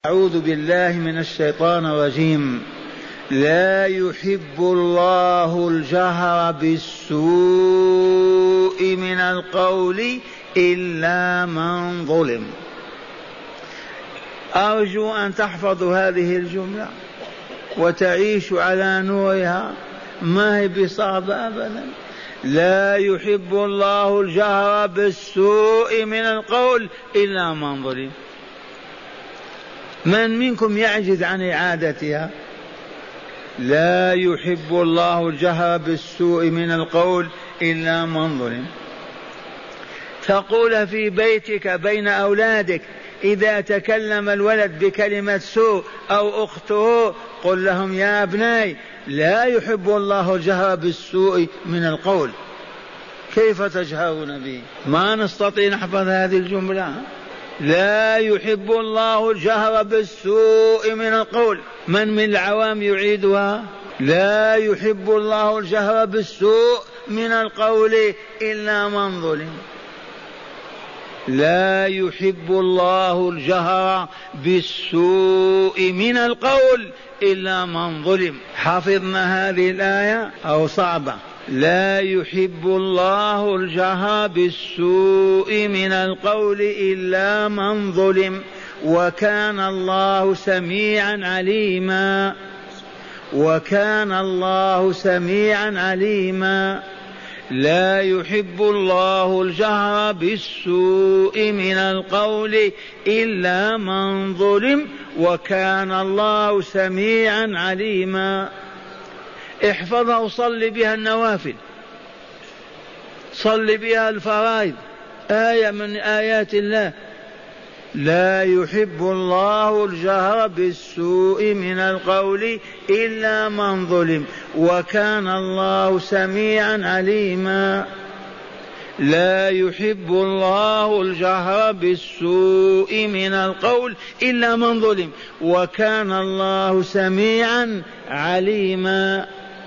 أعوذ بالله من الشيطان الرجيم. لا يحب الله الجهر بالسوء من القول إلا من ظلم. أرجو أن تحفظوا هذه الجملة وتعيشوا على نورها، ما هي بصعبة أبدا. لا يحب الله الجهر بالسوء من القول إلا من ظلم. من منكم يعجز عن إعادتها؟ لا يحب الله الجهر بالسوء من القول إلا من ظلم. تقول في بيتك بين أولادك إذا تكلم الولد بكلمة سوء أو أخته قل لهم يا أبنائي لا يحب الله الجهر بالسوء من القول. كيف تجهرون به؟ ما نستطيع نحفظ هذه الجملة. لا يحب الله الجهر بالسوء من القول. من العوام يعيدها؟ لا يحب الله الجهر بالسوء من القول إلا من ظلم. لا يحب الله الجهر بالسوء من القول إلا من ظلم. حفظنا هذه الآية أو صعبة؟ لا يحب الله الجهر بالسوء من القول إلا من ظلم وكان الله سميعا عليما. وكان الله سميعا عليما. لا يحب الله الجهر بالسوء من القول إلا من ظلم وكان الله سميعا عليما. احفظها وصل بها النوافل، صل بها الفرائض، آية من آيات الله. لا يحب الله الجهر بالسوء من القول إلا من ظلم وكان الله سميعا عليما. لا يحب الله الجهر بالسوء من القول إلا من ظلم وكان الله سميعا عليما.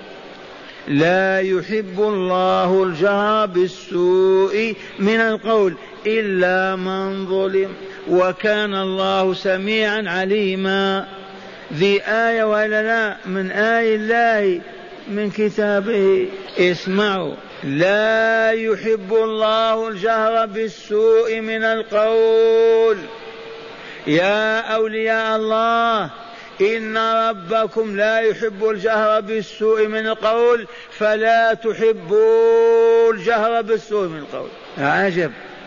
لا يحب الله الجهر بالسوء من القول إلا من ظلم وكان الله سميعا عليما. ذي آية ولا لا؟ من آي الله من كتابه. اسمعوا. لا يحب الله الجهر بالسوء من القول. يا أولياء الله إن ربكم لا يحب الجهر بالسوء من القول فلا تحبوا الجهر بالسوء من القول. عجب.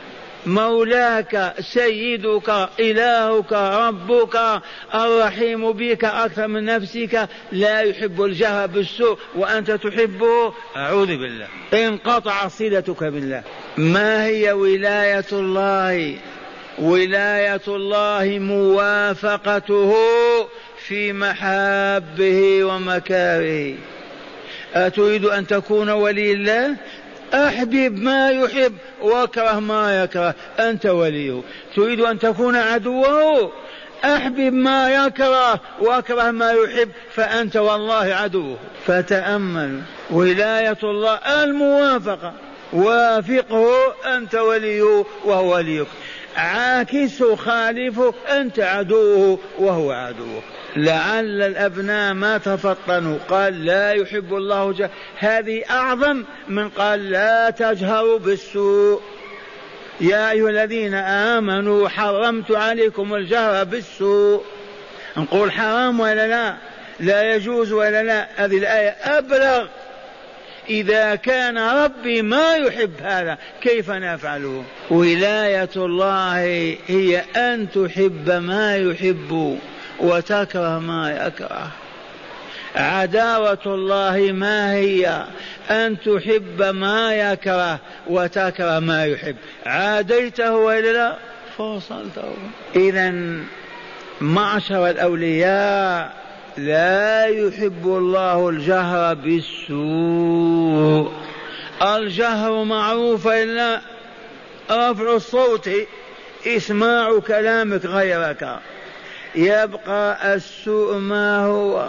مولاك سيدك إلهك ربك الرحيم بك أكثر من نفسك لا يحب الجهر بالسوء وأنت تحبه؟ أعوذ بالله. انقطع صلتك بالله. ما هي ولاية الله؟ ولاية الله موافقته في محابه ومكاره. أتريد أن تكون ولي الله؟ أحبب ما يحب واكره ما يكره، أنت وليه. تريد أن تكون عدوه؟ أحبب ما يكره واكره ما يحب، فأنت والله عدوه. فتأمل ولاية الله الموافقة، وافقه أنت وليه وهو وليك، عاكسه خالفه أنت عدوه وهو عدوك. لعل الأبناء ما تفطنوا. قال لا يحب الله جهر، هذه أعظم من قال لا تجهروا بالسوء. يا أيها الذين آمنوا حرمت عليكم الجهر بالسوء. نقول حرام ولا لا؟ لا يجوز ولا لا؟ هذه الآية أبلغ. إذا كان ربي ما يحب هذا كيف نفعله؟ ولاية الله هي أن تحب ما يحب وتكره ما يكره. عداوة الله ما هي؟ أن تحب ما يكره وتكره ما يحب. عاديته ولا لا؟ فوصلته. إذن معشر الأولياء لا يحب الله الجهر بالسوء. الجهر معروف إلا رفع الصوت، إسماع كلامك غيرك. يبقى السوء. ما هو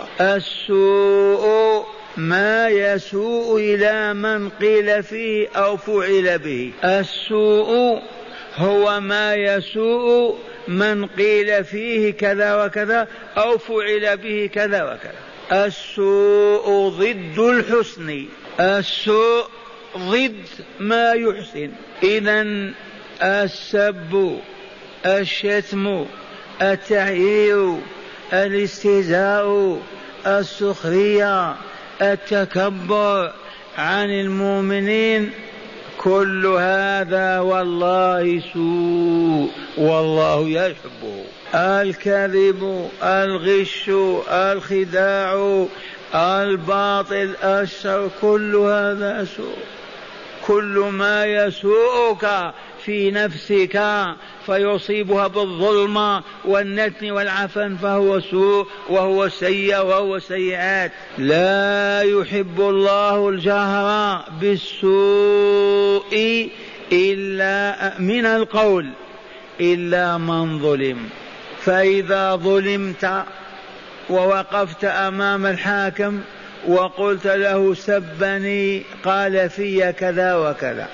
السوء؟ ما يسوء إلى من قيل فيه أو فعل به. السوء هو ما يسوء من قيل فيه كذا وكذا أو فعل به كذا وكذا. السوء ضد الحسن، السوء ضد ما يحسن. إذن السب، الشتم، التعيير، الاستهزاء، السخرية، التكبر عن المؤمنين، كل هذا والله سوء والله يحبه. الكذب، الغش، الخداع، الباطل، الشر، كل هذا سوء. كل ما يسوءك في نفسك فيصيبها بالظلم والنتن والعفن فهو سوء وهو سيء وهو سيئات. لا يحب الله الجهر بالسوء إلا من القول إلا من ظلم. فإذا ظلمت ووقفت أمام الحاكم وقلت له سبني، قال في كذا وكذا،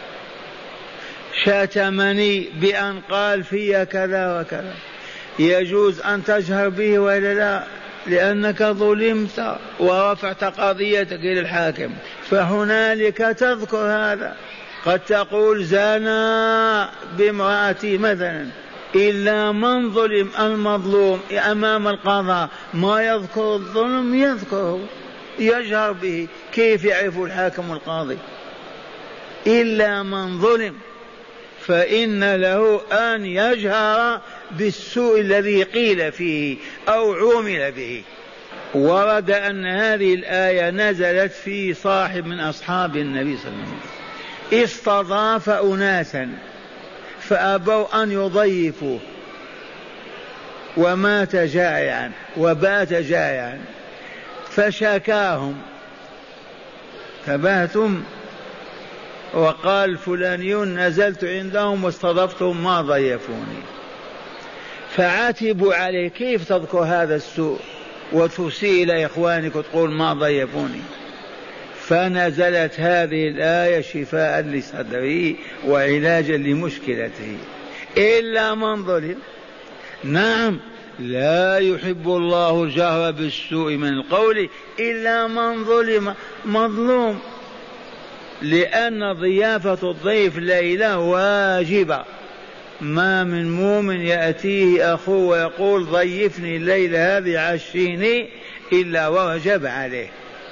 شتمني بأن قال في كذا وكذا، يجوز أن تجهر به ولا لا؟ لأنك ظلمت ورفعت قضيتك إلى الحاكم، فهنالك تذكر هذا. قد تقول زنا بامرأتي مثلا، إلا من ظلم المظلوم أمام القضاء ما يذكر الظلم، يذكره يجهر به. كيف يعرف الحاكم القاضي؟ إلا من ظلم فإن له أن يجهر بالسوء الذي قيل فيه أو عومل به. ورد أن هذه الآية نزلت في صاحب من أصحاب النبي صلى الله عليه وسلم استضاف أناسا فأبوا أن يضيفوه ومات جائعا وبات جائعا، فشكاهم، تبهتم، وقال فلانيون نزلت عندهم واستضفتهم ما ضيفوني. فعاتبوا عليه، كيف تذكر هذا السوء وتسيء إلى إخوانك وتقول ما ضيفوني؟ فنزلت هذه الآية شفاء لصدره وعلاجا لمشكلته. إلا من ظلم. نعم، لا يحب الله الجهر بالسوء من القول إلا من ظلم، مظلوم، لأن ضيافة الضيف ليلة واجبة. ما من مؤمن يأتيه أخوه ويقول ضيفني الليلة هذه عشيني إلا ووجب عليه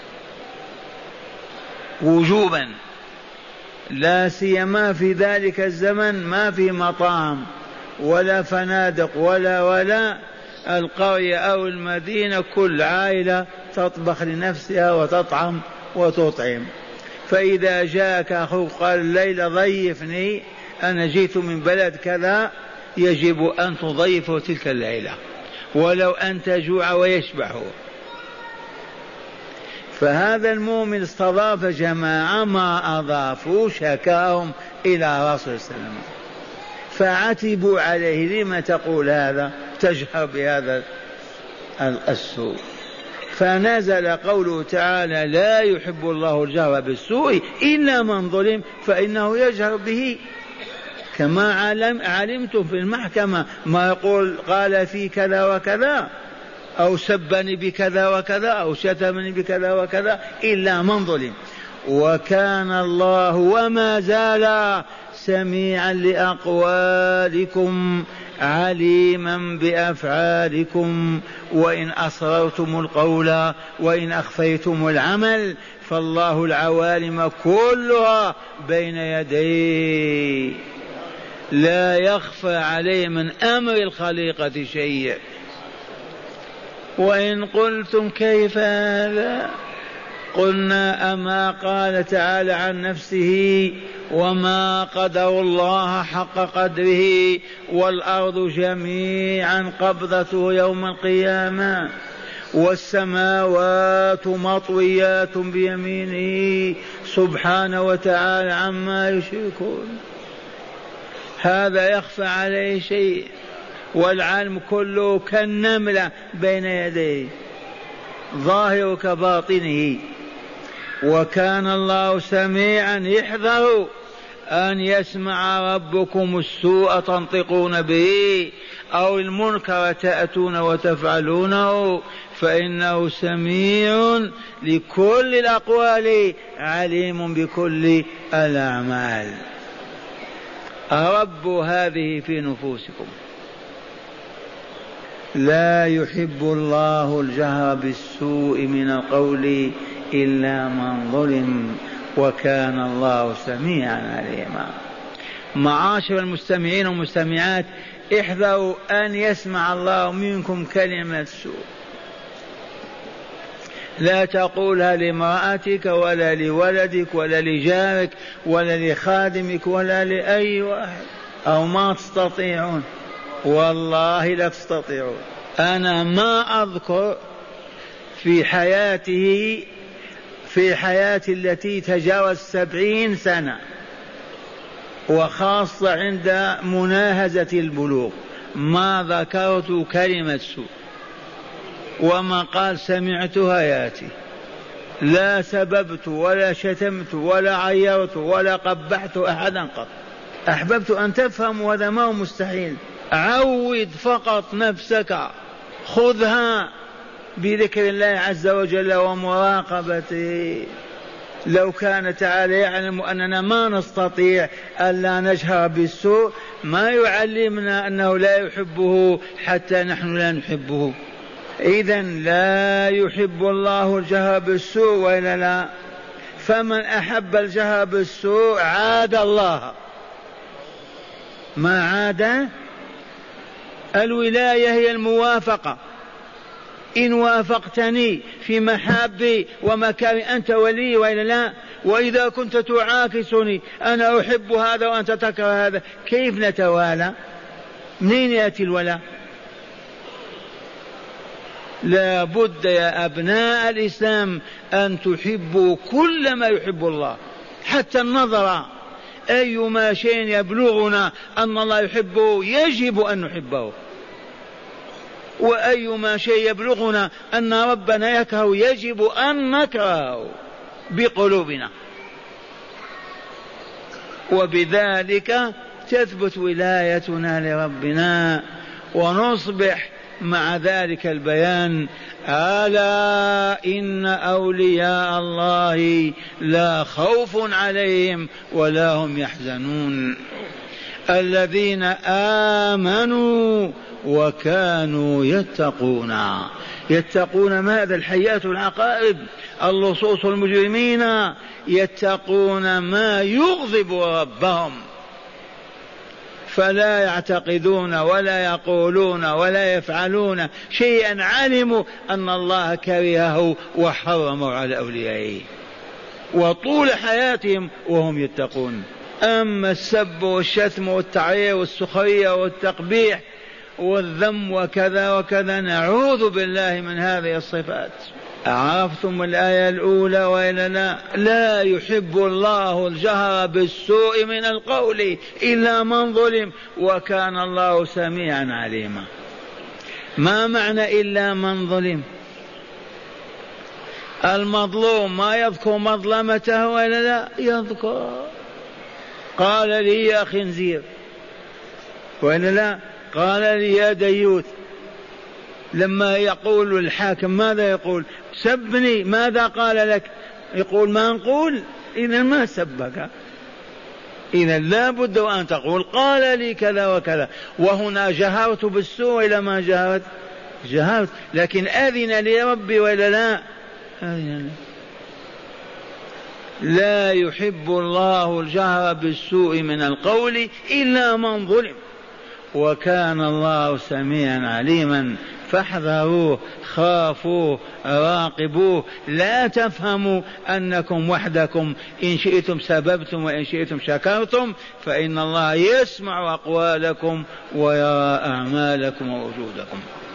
وجوبا، لا سيما في ذلك الزمن ما في مطاعم ولا فنادق ولا القرية أو المدينة كل عائلة تطبخ لنفسها وتطعم وتطعم. فإذا جاءك أخوك قال الليلة ضيفني أنا جئت من بلد كذا، يجب أن تضيفه تلك الليلة ولو أن تجوع ويشبعه. فهذا المؤمن استضاف جماعة ما أضافوا، شكاهم إلى رسول الله صلى الله عليه وسلم فعتبوا عليه، لما تقول هذا، تجهر بهذا السوء. فنزل قوله تعالى لا يحب الله الجهر بالسوء إلا من ظلم فإنه يجهر به. كما علمتم في المحكمة ما يقول قال في كذا وكذا أو سبني بكذا وكذا أو شتمني بكذا وكذا إلا من ظلم. وكان الله وما زال سميعا لأقوالكم عليما بأفعالكم، وإن أسررتم القول وإن أخفيتم العمل فالله العوالم كلها بين يديه، لا يخفى عليه من أمر الخليقة شيء. وإن قلتم كيف هذا؟ قلنا أما قال تعالى عن نفسه وما قدر الله حق قدره والأرض جميعا قبضته يوم القيامة والسماوات مطويات بيمينه سبحانه وتعالى عما يشركون. هذا يخفى عليه شيء؟ والعالم كله كالنملة بين يديه ظاهر كباطنه. وكان الله سميعا يحذر أن يسمع ربكم السوء تنطقون به أو المنكر تأتون وتفعلونه، فإنه سميع لكل الأقوال عليم بكل الأعمال. رب هذه في نفوسكم. لا يحب الله الجهر بالسوء من القول إلا من ظلم وكان الله سميعا عليما. معاشر المستمعين والمستمعات، احذروا أن يسمع الله منكم كلمة سوء. لا تقولها لامرأتك ولا لولدك ولا لجارك ولا لخادمك ولا لأي واحد، أو ما تستطيعون، والله لا تستطيعون. أنا ما أذكر في حياتي حياتي التي تجاوز 70 سنة، وخاصة عند مناهزة البلوغ، ما ذكرت كلمة سوء، وما قال سمعتها ياتي. لا سببت ولا شتمت ولا عيرت ولا قبحت أحدا قط. أحببت أن تفهم، وهذا ما هو مستحيل. عود فقط نفسك، خذها بذكر الله عز وجل ومراقبته. لو كان تعالى يعلم أننا ما نستطيع ألا نجهر بالسوء ما يعلمنا أنه لا يحبه حتى نحن لا نحبه. إذن لا يحب الله الجهر بالسوء وإلا لا؟ فمن أحب الجهر بالسوء عاد الله. ما عاد؟ الولاية هي الموافقة. إن وافقتني في محابي ومكاري أنت ولي وإلا لا؟ وإذا كنت تعاكسني أنا أحب هذا وأنت تكره هذا، كيف نتوالى؟ منين يأتي الولاء؟ لا بد يا أبناء الإسلام أن تحبوا كل ما يحب الله، حتى النظر. أيما شيء يبلغنا أن الله يحبه يجب أن نحبه، وأيما شيء يبلغنا أن ربنا يكره يجب أن نكرهه بقلوبنا، وبذلك تثبت ولايتنا لربنا ونصبح مع ذلك البيان: ألا إن أولياء الله لا خوف عليهم ولا هم يحزنون الذين آمنوا وكانوا يتقون. يتقون ماذا؟ الحيات العقائب، اللصوص المجرمين يتقون ما يغضب ربهم، فلا يعتقدون ولا يقولون ولا يفعلون شيئا علموا أن الله كرهه وحرمه على أوليائه، وطول حياتهم وهم يتقون. أما السب والشتم والتعيير والسخرية والتقبيح والذم وكذا وكذا، نعوذ بالله من هذه الصفات. عرفتم الآية الأولى وإلا لا؟ لا يحب الله الجهر بالسوء من القول إلا من ظلم وكان الله سميعا عليما. ما معنى إلا من ظلم؟ المظلوم ما يذكر مظلمته وإلا لا؟ يذكر. قال لي يا خنزير وإلا لا؟ قال لي يا ديوث. لما يقول الحاكم ماذا يقول؟ سبني. ماذا قال لك؟ يقول ما نقول. إذا ما سبك، إذا لا بد أن تقول قال لي كذا وكذا. وهنا جهرت بالسوء إلى ما جهرت؟ جهرت، لكن أذن لي ربي ولا لا؟ أذن لي. لا يحب الله الجهر بالسوء من القول إلا من ظلم وكان الله سميعا عليما. فاحذروه، خافوه، راقبوه. لا تفهموا أنكم وحدكم، إن شئتم سببتم وإن شئتم شكرتم، فإن الله يسمع أقوالكم ويرى أعمالكم ووجودكم.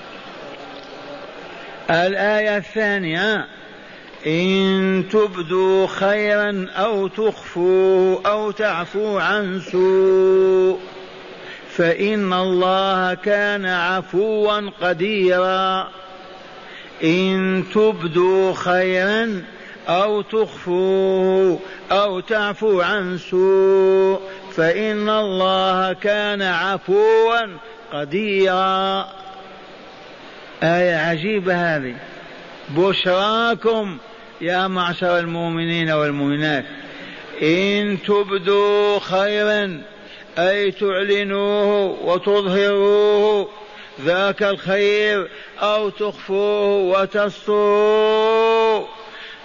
الآية الثانية: إن تبدوا خيرا أو تخفوه أو تعفوا عن سوء فإن الله كان عفوا قديرا. إن تبدوا خيرا أو تخفوه أو تعفو عن سوء فإن الله كان عفوا قديرا. آية عجيبة هذه. بشراكم يا معشر المؤمنين والمؤمنات إن تبدوا خيرا أي تعلنوه وتظهروه ذاك الخير أو تخفوه وتستروه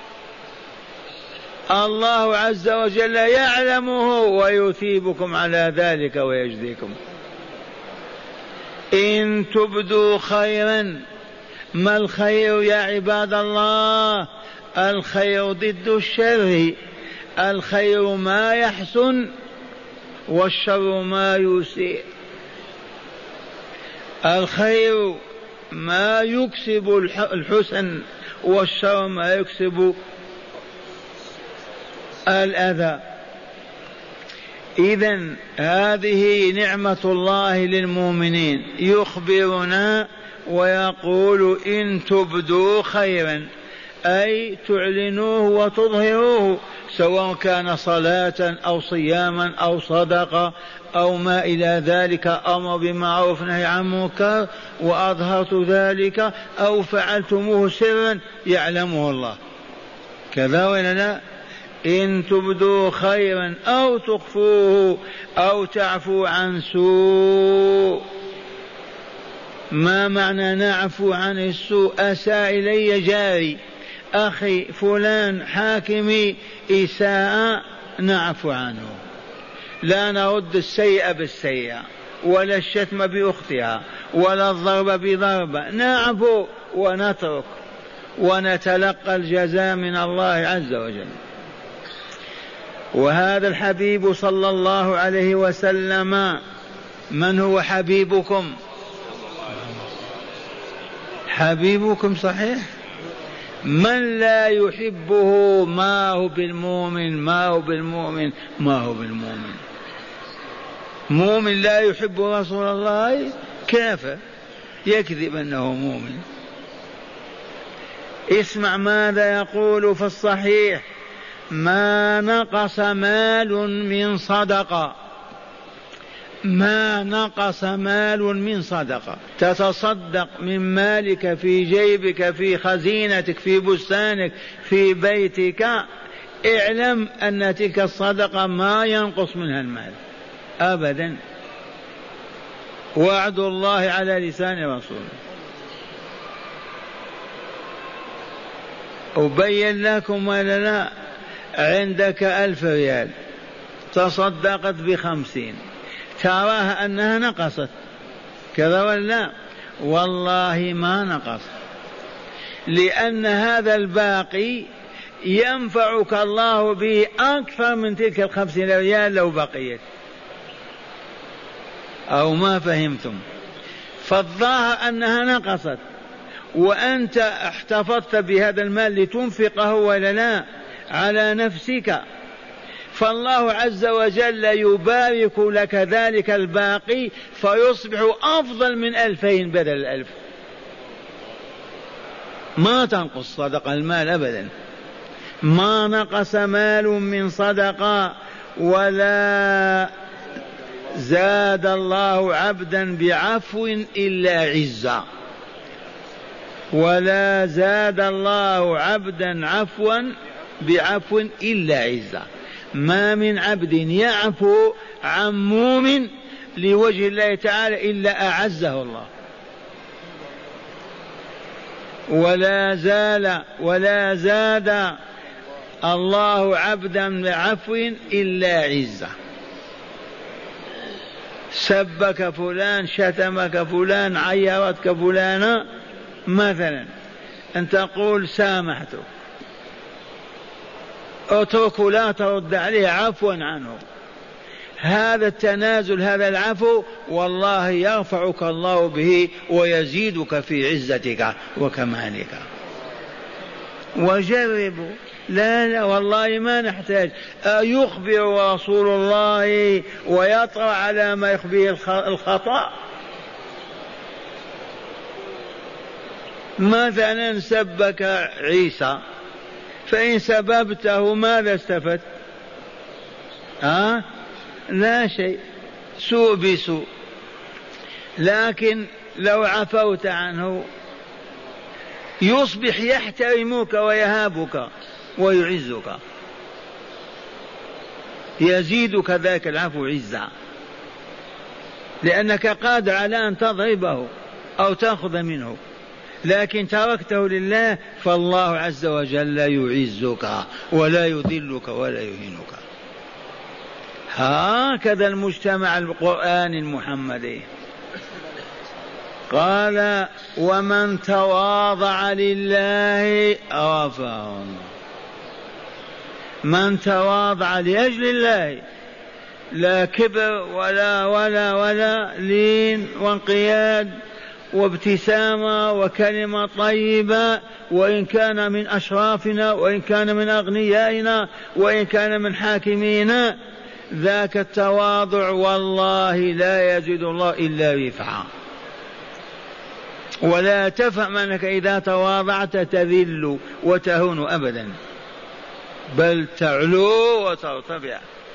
الله عز وجل يعلمه ويثيبكم على ذلك ويجزيكم. إن تبدوا خيرا، ما الخير يا عباد الله؟ الخير ضد الشر، الخير ما يحسن والشر ما يسيء. الخير ما يكسب الحسن والشر ما يكسب الأذى. إذن هذه نعمة الله للمؤمنين، يخبرنا ويقول إن تبدوا خيرا أي تعلنوه وتظهروه، سواء كان صلاة أو صياما أو صدقة أو ما إلى ذلك، أمر بمعروف نهي عن منكر وأظهرت ذلك، أو فعلتموه سرا يعلمه الله، كذا ولا لا؟ إن تبدوا خيرا أو تخفوه أو تعفو عن سوء. ما معنى نعفو عن السوء؟ أساء إلي جاري، أخي فلان، حاكمي، إساءة، نعفو عنه، لا نرد السيئة بالسيئة ولا الشتم بأختها ولا الضرب بضربة، نعفو ونترك ونتلقى الجزاء من الله عز وجل. وهذا الحبيب صلى الله عليه وسلم، من هو حبيبكم؟ حبيبكم صحيح. من لا يحبه ما هو بالمؤمن، ما هو بالمؤمن، ما هو بالمؤمن. مؤمن لا يحب رسول الله كافر، يكذب أنه مؤمن. اسمع ماذا يقول في الصحيح: ما نقص مال من صدقة، ما نقص مال من صدقة. تتصدق من مالك في جيبك، في خزينتك، في بستانك، في بيتك، اعلم أن تلك الصدقة ما ينقص منها المال أبدا. وعد الله على لسان رسوله. أبين لكم ولا لا؟ عندك 1000 ريال، تصدقت ب50، تراها أنها نقصت، كذا ولا؟ والله ما نقص، لأن هذا الباقي ينفعك الله به أكثر من تلك 50 ريال لو بقيت. أو ما فهمتم؟ فالظاهر أنها نقصت وأنت احتفظت بهذا المال لتنفقه ولا لا على نفسك، فالله عز وجل يبارك لك ذلك الباقي فيصبح أفضل من 2000 بدل 1000. ما تنقص صدقة المال أبدا. ما نقص مال من صدقة ولا زاد الله عبدا بعفو إلا عزا، ولا زاد الله عبدا عفوا بعفو إلا عزا. ما من عبد يعفو عن مؤمن لوجه الله تعالى إلا أعزه الله. ولا زاد الله عبدا بعفو إلا عزة. سبك فلان، شتمك فلان، عيرتك فلانة مثلا، أن تقول سامحته، اتركه لا ترد عليه عفوا عنه. هذا التنازل، هذا العفو، والله يرفعك الله به ويزيدك في عزتك وكمالك. وجربوا. لا والله ما نحتاج. يخبر رسول الله ويطرأ على ما يخبره الخطأ. مثلا سبك عيسى فإن سببته ماذا استفدت؟ لا شيء، سوء بسوء. لكن لو عفوت عنه يصبح يحترمك ويهابك ويعزك، يزيدك ذاك العفو عزا، لأنك قادر على أن تضربه أو تأخذ منه، لكن تركته لله فالله عز وجل يعزك ولا يذلك ولا يهينك. هكذا المجتمع القرآني المحمدي. قال ومن تواضع لله رفعه الله. من تواضع لأجل الله، لا كبر ولا لين وانقياد وابتسامة وكلمة طيبة، وإن كان من أشرافنا وإن كان من أغنيائنا وإن كان من حاكمينا، ذاك التواضع والله لا يزيد الله إلا رفعا. ولا تفهم أنك إذا تواضعت تذل وتهون أبدا، بل تعلو وترتفع.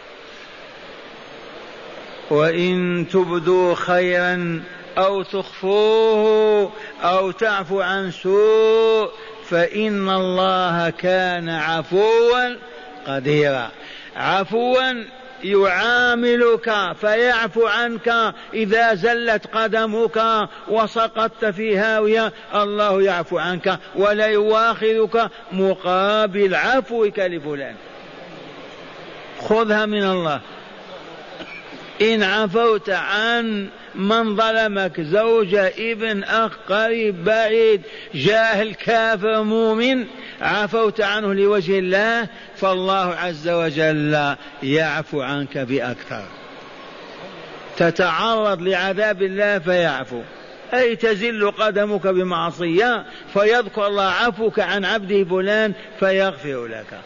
وإن تبدوا خيرا أو تخفوه أو تعفو عن سوء فإن الله كان عفوا قديرا. عفوا يعاملك فيعفو عنك إذا زلت قدمك وسقطت في هاوية، الله يعفو عنك ولا يواخذك مقابل عفوك لفلان. خذها من الله. إن عفوت عن من ظلمك، زوجة، ابن، أخ، قريب، بعيد، جاهل، كافر، مؤمن، عفوت عنه لوجه الله فالله عز وجل يعفو عنك بأكثر. تتعرض لعذاب الله فيعفو، أي تزل قدمك بمعصية فيذكر الله عفوك عن عبده فلان فيغفر لك.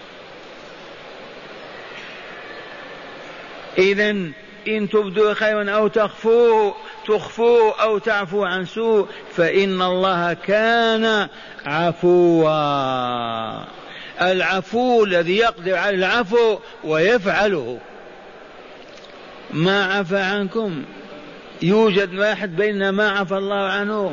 إذن إن تبدوا خيرا أو تخفوه أو تعفو عن سوء فإن الله كان عفوا. العفو الذي يقدر على العفو ويفعله. ما عفى عنكم، يوجد واحد بيننا ما عفى الله عنه؟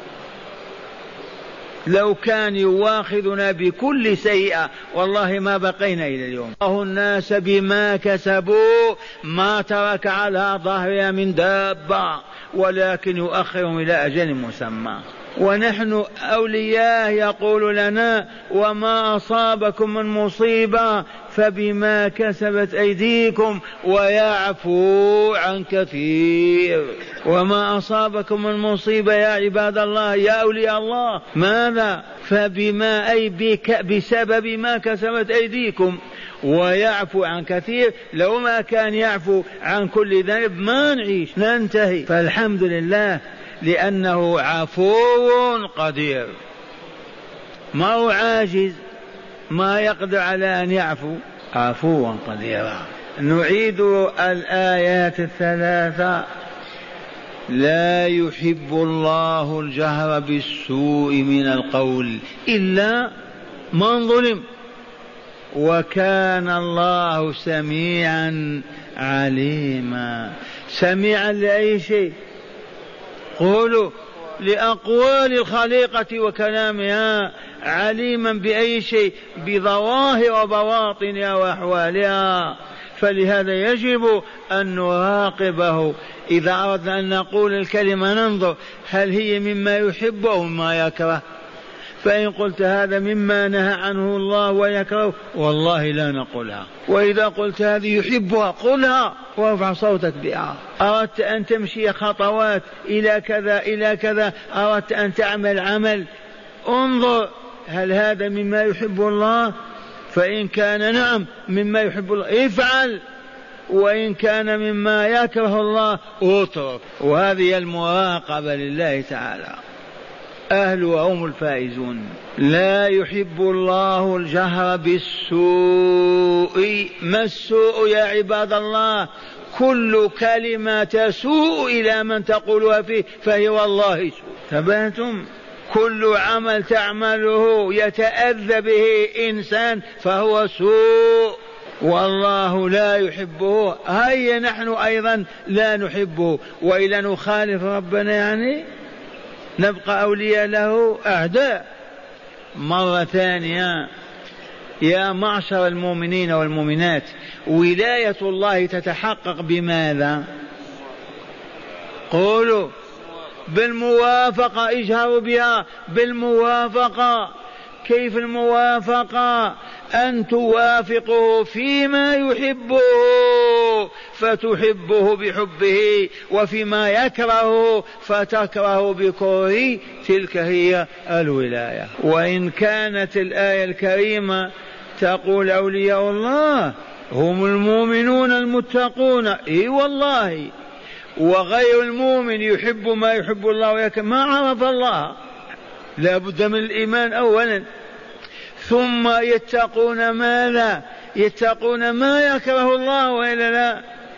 لو كان يواخذنا بكل سيئة والله ما بقينا إلى اليوم. الله الناس بما كسبوا ما ترك على ظهرها من دابة ولكن يؤخرهم إلى أجل مسمى. ونحن أولياء يقول لنا وما أصابكم من مصيبة فبما كسبت أيديكم ويعفو عن كثير. وما أصابكم من مصيبة يا عباد الله يا أولياء الله ماذا؟ فبما أي بسبب ما كسبت أيديكم ويعفو عن كثير. لو ما كان يعفو عن كل ذنب ما نعيش ننتهي. فالحمد لله لأنه عفو قدير، ما هو عاجز، ما يقدر على أن يعفو، عفوا قديرا. نعيد الآيات الثلاثة. لا يحب الله الجهر بالسوء من القول إلا من ظلم وكان الله سميعا عليما. سميعا لأي شيء؟ قولوا لأقوال الخليقة وكلامها. عليما بأي شيء؟ بظواهر وبواطنها وأحوالها. فلهذا يجب أن نراقبه. إذا أردنا أن نقول الكلمة ننظر هل هي مما يحب أو مما يكره. فإن قلت هذا مما نهى عنه الله ويكره والله لا نقولها. وإذا قلت هذه يحبها قلها وارفع صوتك بها. أردت أن تمشي خطوات إلى كذا إلى كذا، أردت أن تعمل عمل، انظر هل هذا مما يحب الله؟ فإن كان نعم مما يحب الله افعل، وإن كان مما يكره الله اترك. وهذه المراقبة لله تعالى. أهلها هم الفائزون. لا يحب الله الجهر بالسوء. ما السوء يا عباد الله؟ كل كلمة تسوء إلى من تقولها فيه فهي والله سوء. تبهتم؟ كل عمل تعمله يتأذى به إنسان فهو سوء، والله لا يحبه. هيا نحن أيضا لا نحبه، وإلا نخالف ربنا يعني نبقى أولياء له أعداء. مرة ثانية، يا معشر المؤمنين والمؤمنات، ولاية الله تتحقق بماذا؟ قولوا بالموافقة، اجهروا بها بالموافقة. كيف الموافقة؟ أن توافقه فيما يحبه فتحبه بحبه، وفيما يكرهه فتكره بكره. تلك هي الولاية. وإن كانت الآية الكريمة تقول أولياء الله هم المؤمنون المتقون، إي والله، وغير المؤمن يحب ما يحب الله ويكره، ما عرف الله، لا بد من الإيمان أولا، ثم يتقون ماذا؟ يتقون ما يكره الله وإلا لا،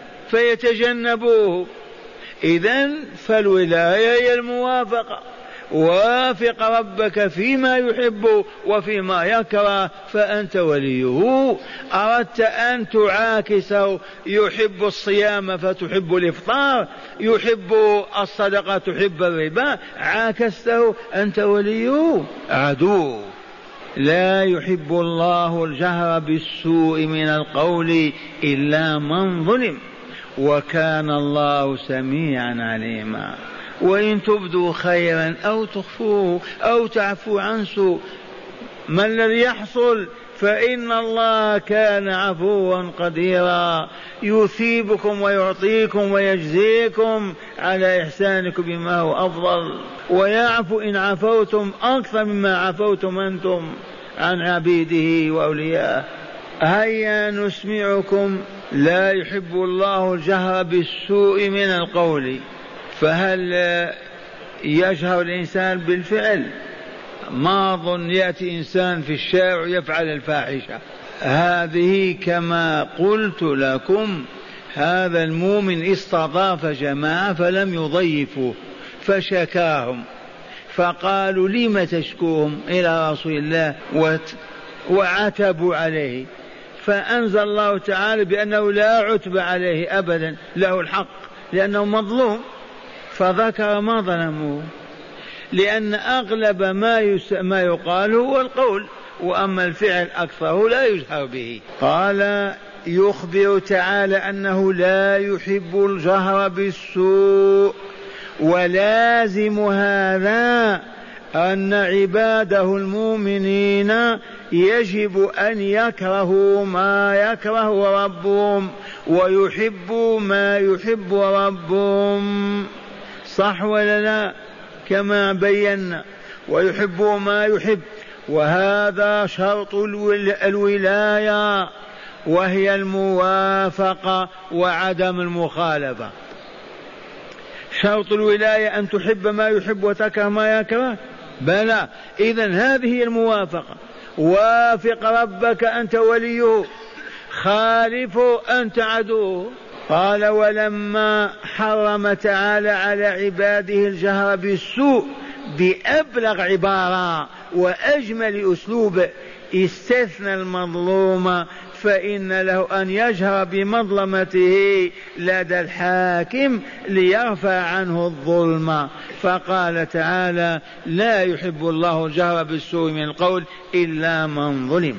فيتجنبوه. إذن فالولاية هي الموافقة، وافق ربك فيما يحب وفيما يكره فأنت وليه. أردت أن تعاكسه، يحب الصيام فتحب الإفطار، يحب الصدقة تحب الربا، عاكسته أنت وليه عدو. لا يحب الله الجهر بالسوء من القول إلا من ظلم، وكان الله سميعا عليما. وإن تبدوا خيرا أو تخفوه أو تعفو عن سوء، ما الذي يحصل؟ فإن الله كان عفوا قديرا، يثيبكم ويعطيكم ويجزيكم على إحسانكم بما هو أفضل، ويعفو إن عفوتم أكثر مما عفوتم أنتم عن عبيده وأولياءه. هيا نسمعكم. لا يحب الله الجهر بالسوء من القول، فهل يجهر الإنسان بالفعل؟ ما أظن يأتي إنسان في الشارع يفعل الفاحشة. هذه كما قلت لكم، هذا المؤمن استضاف جماعة فلم يضيفوه فشكاهم، فقالوا لم تشكوهم إلى رسول الله وعتبوا عليه، فأنزل الله تعالى بأنه لا عتب عليه أبدا، له الحق لأنه مظلوم، فذكر ما ظلموه، لأن أغلب ما يقال هو القول، وأما الفعل أكثره لا يجهر به. قال يخبر تعالى أنه لا يحب الجهر بالسوء، ولازم هذا أن عباده المؤمنين يجب أن يكرهوا ما يكره ربهم ويحبوا ما يحب ربهم، صح ولا لا؟ كما بينا، ويحبوا ما يحب، وهذا شرط الولاية، وهي الموافقة وعدم المخالفة. شرط الولاية أن تحب ما يحب وتكره ما يكره، بلى. إذن هذه هي الموافقة. وافق ربك أنت وليه، خالفه أنت عدوه. قال ولما حرم تعالى على عباده الجهر بالسوء بأبلغ عبارة وأجمل أسلوب، استثنى المظلوم، فإن له أن يجهر بمظلمته لدى الحاكم ليرفع عنه الظلم. فقال تعالى لا يحب الله الجهر بالسوء من القول إلا من ظلم،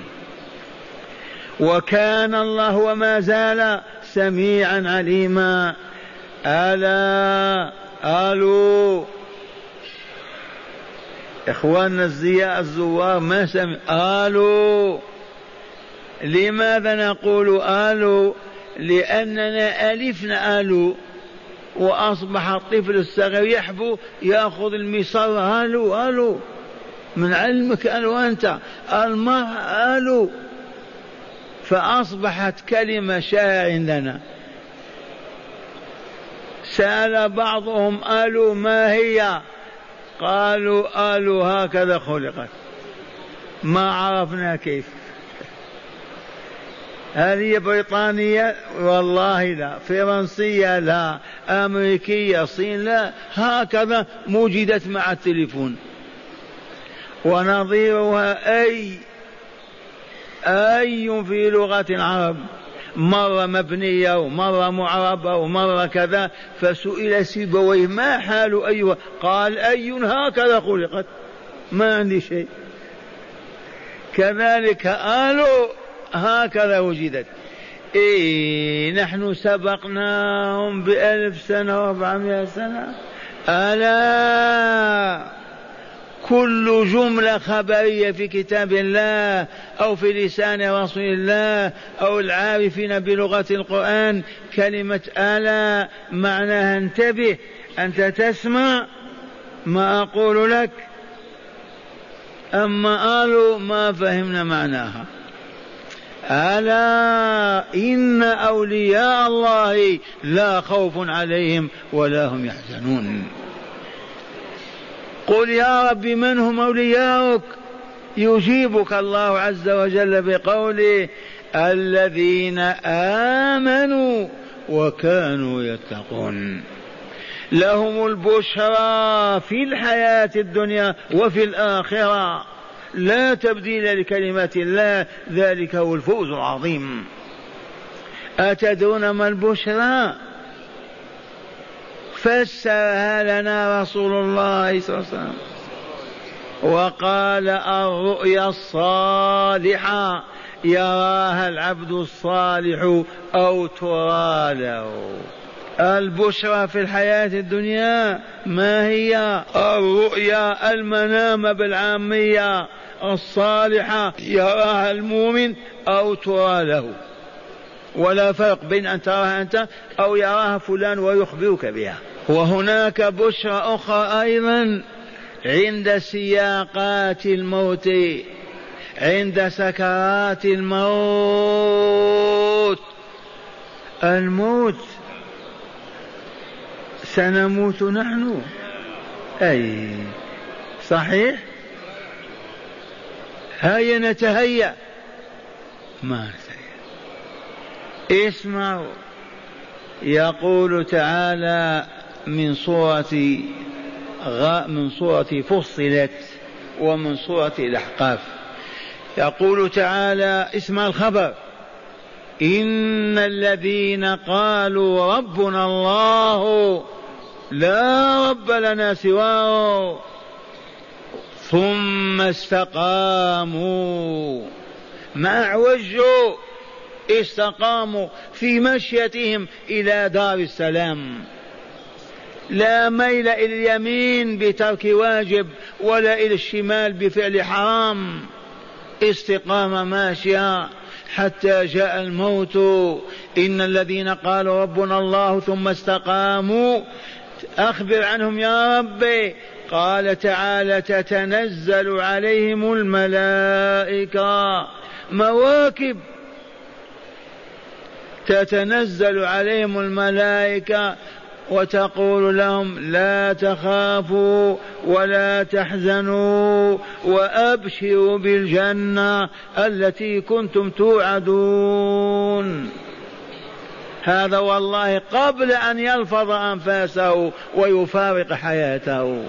وكان الله وما زال سميعا عليما. ألا قالوا إخواننا الزوار ما سمع قالوا. لماذا نقول قالوا؟ لأننا ألفنا قالوا، وأصبح الطفل الصغير يحبو يأخذ المصر قالوا من علمك قالوا أنت المرء قالوا، فأصبحت كلمة شائعة عندنا. سأل بعضهم قالوا ما هي؟ قالوا هكذا خلقت، ما عرفنا كيف. هذه بريطانية؟ والله لا. فرنسية؟ لا. أمريكية؟ صين؟ لا. هكذا موجدت مع التليفون. ونظيرها أي في لغة العرب، مرة مبنية ومرة معربة ومرة كذا. فسئل سيبويه ما حال أيها؟ قال أي هكذا خلقت، ما عندي شيء. كذلك قالوا هكذا وجدت. نحن سبقناهم ب1000 سنة و400 سنة. ألا كل جملة خبرية في كتاب الله أو في لسان رسول الله أو العارفين بلغة القرآن كلمة ألا معناها انتبه، أنت تسمع ما أقول لك. أما قالوا ما فهمنا معناها. ألا إن أولياء الله لا خوف عليهم ولا هم يحزنون. قل يا رب من هم أولياؤك؟ يجيبك الله عز وجل بقوله الذين آمنوا وكانوا يتقون، لهم البشرى في الحياة الدنيا وفي الآخرة، لا تبديل لكلمات الله، ذلك هو الفوز العظيم. أتدرون ما البشرى؟ فسرها لنا رسول الله صلى الله عليه وسلم وقال الرؤيا الصالحة يراها العبد الصالح أو ترى له. البشرى في الحياة الدنيا ما هي؟ الرؤيا، المنام بالعامية الصالحة يراها المؤمن أو ترى له، ولا فرق بين أن تراها أنت أو يراها فلان ويخبرك بها. وهناك بشرى أخرى أيضا عند سياقات الموت، عند سكرات الموت. الموت سنموت نحن، أي صحيح، هيا نتهيأ ما اسمعوا. يقول تعالى من سورة فصلت ومن سورة الأحقاف، يقول تعالى اسمع الخبر: إن الذين قالوا ربنا الله لا رب لنا سواه ثم استقاموا، ما اعوجوا، استقاموا في مشيتهم إلى دار السلام، لا ميل إلى اليمين بترك واجب ولا إلى الشمال بفعل حرام، استقامة ماشية حتى جاء الموت. إن الذين قالوا ربنا الله ثم استقاموا أخبر عنهم يا ربي. قال تعالى: تتنزل عليهم الملائكة، مواكب، تتنزل عليهم الملائكة وتقول لهم: لا تخافوا ولا تحزنوا وأبشروا بالجنة التي كنتم توعدون. هذا والله قبل أن يلفظ أنفاسه ويفارق حياته.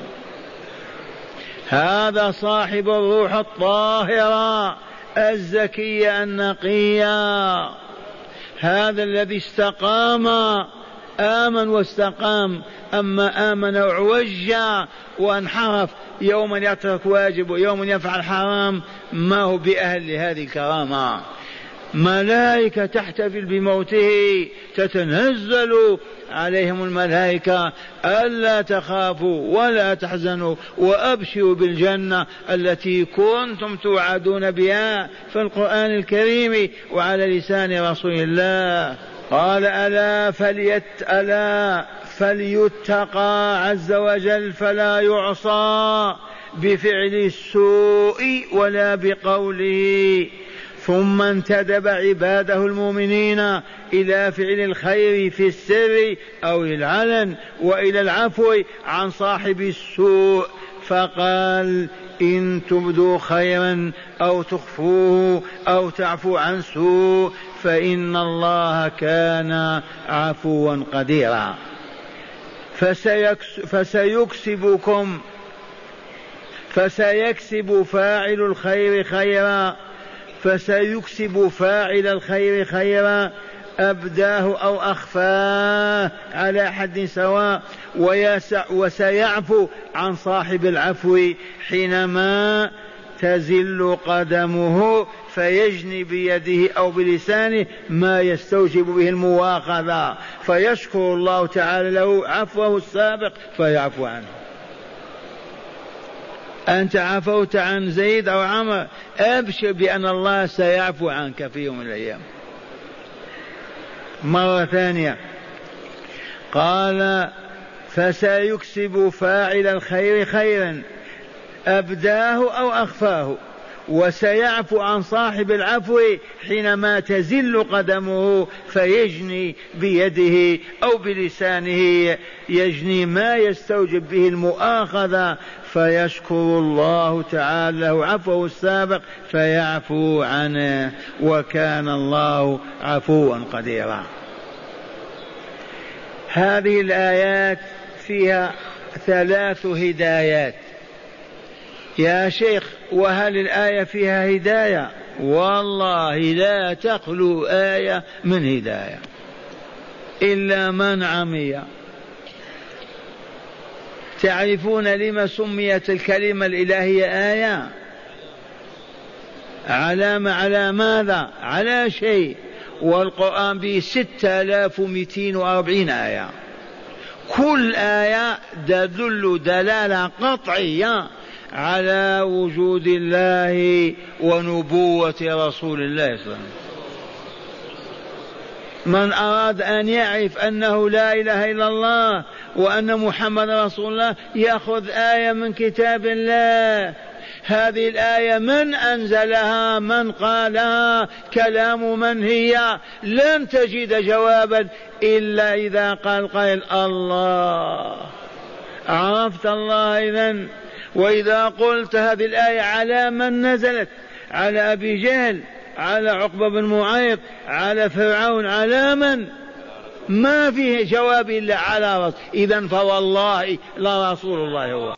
هذا صاحب الروح الطاهرة الزكية النقية، هذا الذي استقام، آمن واستقام. أما آمن وعوج وانحرف، يوما يترك واجب ويوما يفعل حرام، ما هو بأهل لهذه الكرامة. ملائكة تحتفل بموته، تتنزل عليهم الملائكة: ألا تخافوا ولا تحزنوا وأبشروا بالجنة التي كنتم توعدون بها في القرآن الكريم وعلى لسان رسول الله. قال: ألا فليتقى عز وجل فلا يعصى بفعل السوء ولا بقوله. ثم انتدب عباده المؤمنين إلى فعل الخير في السر أو العلن وإلى العفو عن صاحب السوء، فقال: إن تبدوا خيرا أو تخفوه أو تعفو عن سوء فإن الله كان عفوا فسيكسب فاعل الخير خيرا، فسيكسب فاعل الخير خيرا أبداه أو أخفاه على حد سواء، وسيعفو عن صاحب العفو حينما تزل قدمه فيجني بيده أو بلسانه ما يستوجب به المواخذة، فيشكر الله تعالى له عفوه السابق فيعفو عنه. أنت عفوت عن زيد أو عمر، أبشر بأن الله سيعفو عنك في يوم من الأيام. مرة ثانية قال فسيكسب فاعل الخير خيرا أبداه أو أخفاه، وسيعفو عن صاحب العفو حينما تزل قدمه فيجني بيده أو بلسانه، يجني ما يستوجب به المؤاخذة، فيشكر الله تعالى له عفوه السابق فيعفو عنه، وكان الله عفوا قديرا. هذه الآيات فيها 3 هدايات. يا شيخ وهل الآية فيها هداية؟ والله لا تخلو آية من هداية إلا من عمي. تعرفون لما سميت الكلمة الإلهية آية؟ علامة على ماذا؟ على شيء، والقرآن به 6240 آية، كل آية تدل دلالة قطعية على وجود الله ونبوة رسول الله صلى الله عليه وسلم. من أراد أن يعرف أنه لا إله إلا الله وأن محمد رسول الله يأخذ آية من كتاب الله. هذه الآية من أنزلها؟ من قالها؟ كلام من هي؟ لن تجد جوابا إلا إذا قال قائل الله. عرفت الله إذن؟ وإذا قلت هذه الآية على من نزلت؟ على أبي جهل، على عقبة بن معيط، على فرعون، على من؟ ما فيه جواب إلا على رسول. إذن فوالله لا رسول الله هو.